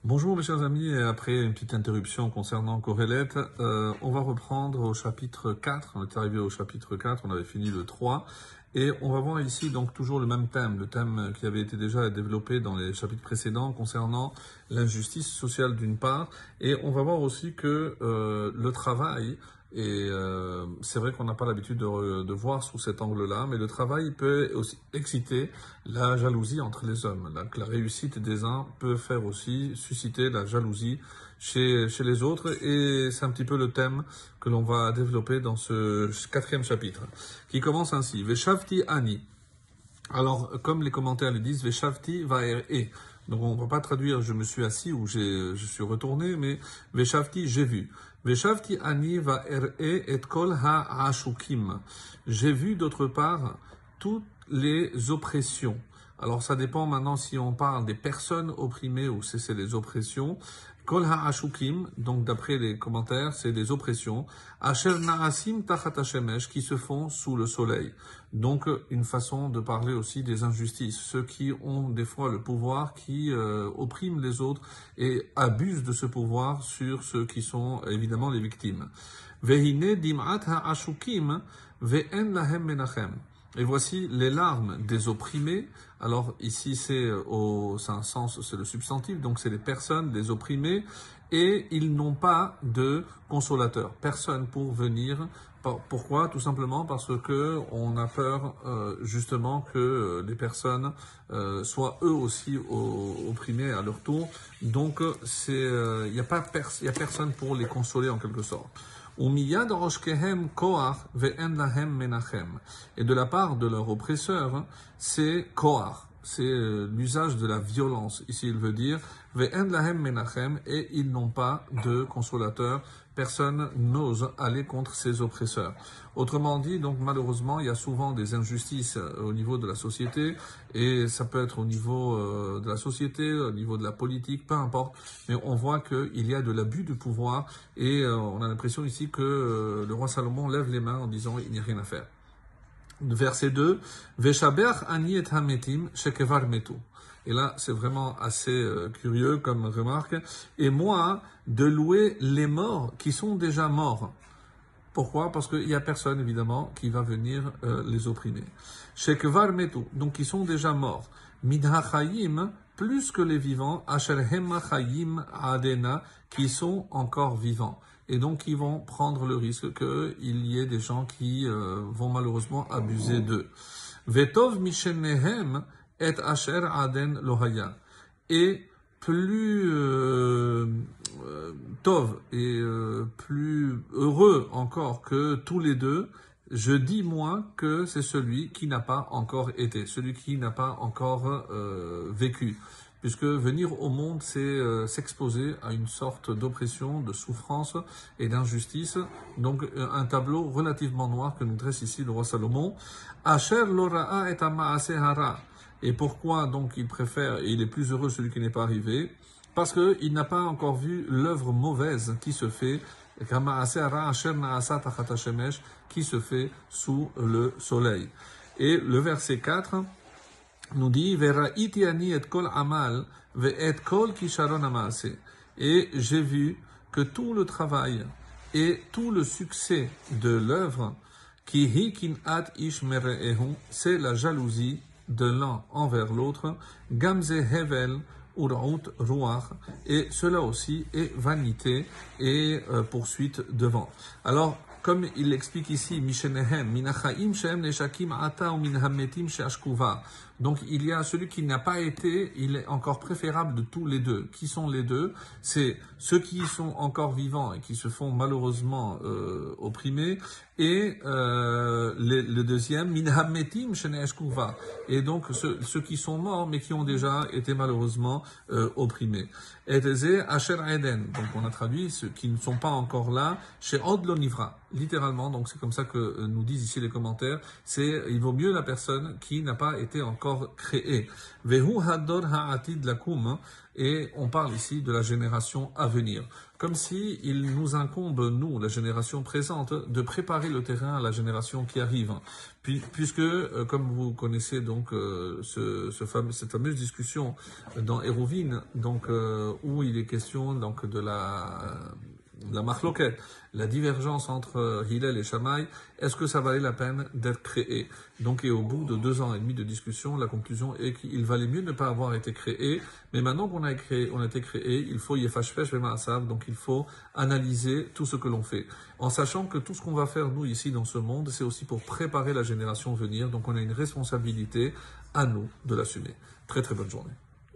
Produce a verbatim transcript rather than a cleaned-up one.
Bonjour mes chers amis, et après une petite interruption concernant Kohelet, euh, on va reprendre au chapitre quatre, on est arrivé au chapitre quatre, on avait fini le trois, et on va voir ici donc toujours le même thème, le thème qui avait été déjà développé dans les chapitres précédents concernant l'injustice sociale d'une part, et on va voir aussi que euh, le travail, et euh, c'est vrai qu'on n'a pas l'habitude de, de voir sous cet angle-là, mais le travail peut aussi exciter la jalousie entre les hommes. La, la réussite des uns peut faire aussi susciter la jalousie chez, chez les autres, et c'est un petit peu le thème que l'on va développer dans ce quatrième chapitre, qui commence ainsi. Veshavti ani. Alors, comme les commentaires le disent, Veshavti vaer'e. Donc, on ne va pas traduire je me suis assis ou je suis retourné, mais Veshavti, j'ai vu. Veshavti ani vaer'e et kol ha'ashukim. J'ai vu d'autre part toutes les oppressions. Alors, ça dépend maintenant si on parle des personnes opprimées ou si c'est les oppressions. Kol ha'ashukim, donc d'après les commentaires, c'est des oppressions. Asher na'asim tachat hashemesh, qui se font sous le soleil. Donc, une façon de parler aussi des injustices. Ceux qui ont des fois le pouvoir, qui euh, oppriment les autres et abusent de ce pouvoir sur ceux qui sont évidemment les victimes. Vehine dim'at ha'ashukim ve'en lahem menachem. Et voici les larmes des opprimés. Alors ici c'est au c'est un sens, c'est le substantif, donc c'est les personnes, les opprimés, et ils n'ont pas de consolateur, personne pour venir. Pourquoi? Tout simplement parce que on a peur euh, justement que les personnes euh, soient eux aussi opprimés à leur tour. Donc c'est il euh, y a pas il y a personne pour les consoler en quelque sorte. Et de la part de leur oppresseur, c'est koach, c'est l'usage de la violence. Ici, il veut dire et ils n'ont pas de consolateur. Personne n'ose aller contre ses oppresseurs. Autrement dit, donc malheureusement, il y a souvent des injustices au niveau de la société, et ça peut être au niveau euh, de la société, au niveau de la politique, peu importe, mais on voit qu'il y a de l'abus de pouvoir, et euh, on a l'impression ici que euh, le roi Salomon lève les mains en disant il n'y a rien à faire. Verset deux, Veshabeach ani et hametim shekevar metu. Et là, c'est vraiment assez euh, curieux comme remarque. Et moi, de louer les morts qui sont déjà morts. Pourquoi? Parce qu'il n'y a personne, évidemment, qui va venir euh, les opprimer. Shekevar metu, donc qui sont déjà morts. Midhachayim, plus que les vivants, asher hemma chayim adena, qui sont encore vivants. Et donc, ils vont prendre le risque qu'il y ait des gens qui euh, vont malheureusement abuser d'eux. Vetov mishenehem et asher aden lohaya. Et plus euh, euh, tov et euh, plus heureux encore que tous les deux, je dis moi que c'est celui qui n'a pas encore été, celui qui n'a pas encore euh, vécu. Puisque venir au monde, c'est euh, s'exposer à une sorte d'oppression, de souffrance et d'injustice. Donc un tableau relativement noir que nous dresse ici le roi Salomon. Asher lora'a et ama'ase hara. Et pourquoi donc il préfère, et il est plus heureux celui qui n'est pas arrivé? Parce qu'il n'a pas encore vu l'œuvre mauvaise qui se fait, qui se fait sous le soleil. Et le verset quatre nous dit, Vera'iti ani et kol amal, ve et kol kisharon amaase. Et j'ai vu que tout le travail et tout le succès de l'œuvre, qui hi kin'at ish mere'ehu, c'est la jalousie de l'un envers l'autre, gamze hevel uraut ruach, et cela aussi est vanité et euh, poursuite de vent. Alors, comme il l'explique ici, Mishenehem, Minachaim Shem Neshakim Ata ou Minhametim Sheashkuva. Donc il y a celui qui n'a pas été, il est encore préférable de tous les deux. Qui sont les deux? C'est ceux qui sont encore vivants et qui se font malheureusement euh, opprimés, et euh, le, le deuxième, Minhametim Sheashkuva. Et donc ceux, ceux qui sont morts mais qui ont déjà été malheureusement euh, opprimés. Et Asher Eden. Donc on a traduit ceux qui ne sont pas encore là, chez Od lo Nivra. Littéralement, donc c'est comme ça que nous disent ici les commentaires, c'est il vaut mieux la personne qui n'a pas été encore encore créé. Vehu hador ha'atid lakum, et on parle ici de la génération à venir. Comme si il nous incombe, nous, la génération présente, de préparer le terrain à la génération qui arrive. Puis, puisque, euh, comme vous connaissez donc euh, ce, ce fameux, cette fameuse discussion dans Hérouvine, donc euh, où il est question donc de la la marloquette, la divergence entre Hillel et Shammai, est-ce que ça valait la peine d'être créé? Donc, et au bout de deux ans et demi de discussion, la conclusion est qu'il valait mieux ne pas avoir été créé, mais maintenant qu'on a, créé, on a été créé, il faut yefashpesh v'ma'asav, donc il faut analyser tout ce que l'on fait, en sachant que tout ce qu'on va faire, nous, ici, dans ce monde, c'est aussi pour préparer la génération à venir, donc on a une responsabilité à nous de l'assumer. Très très bonne journée.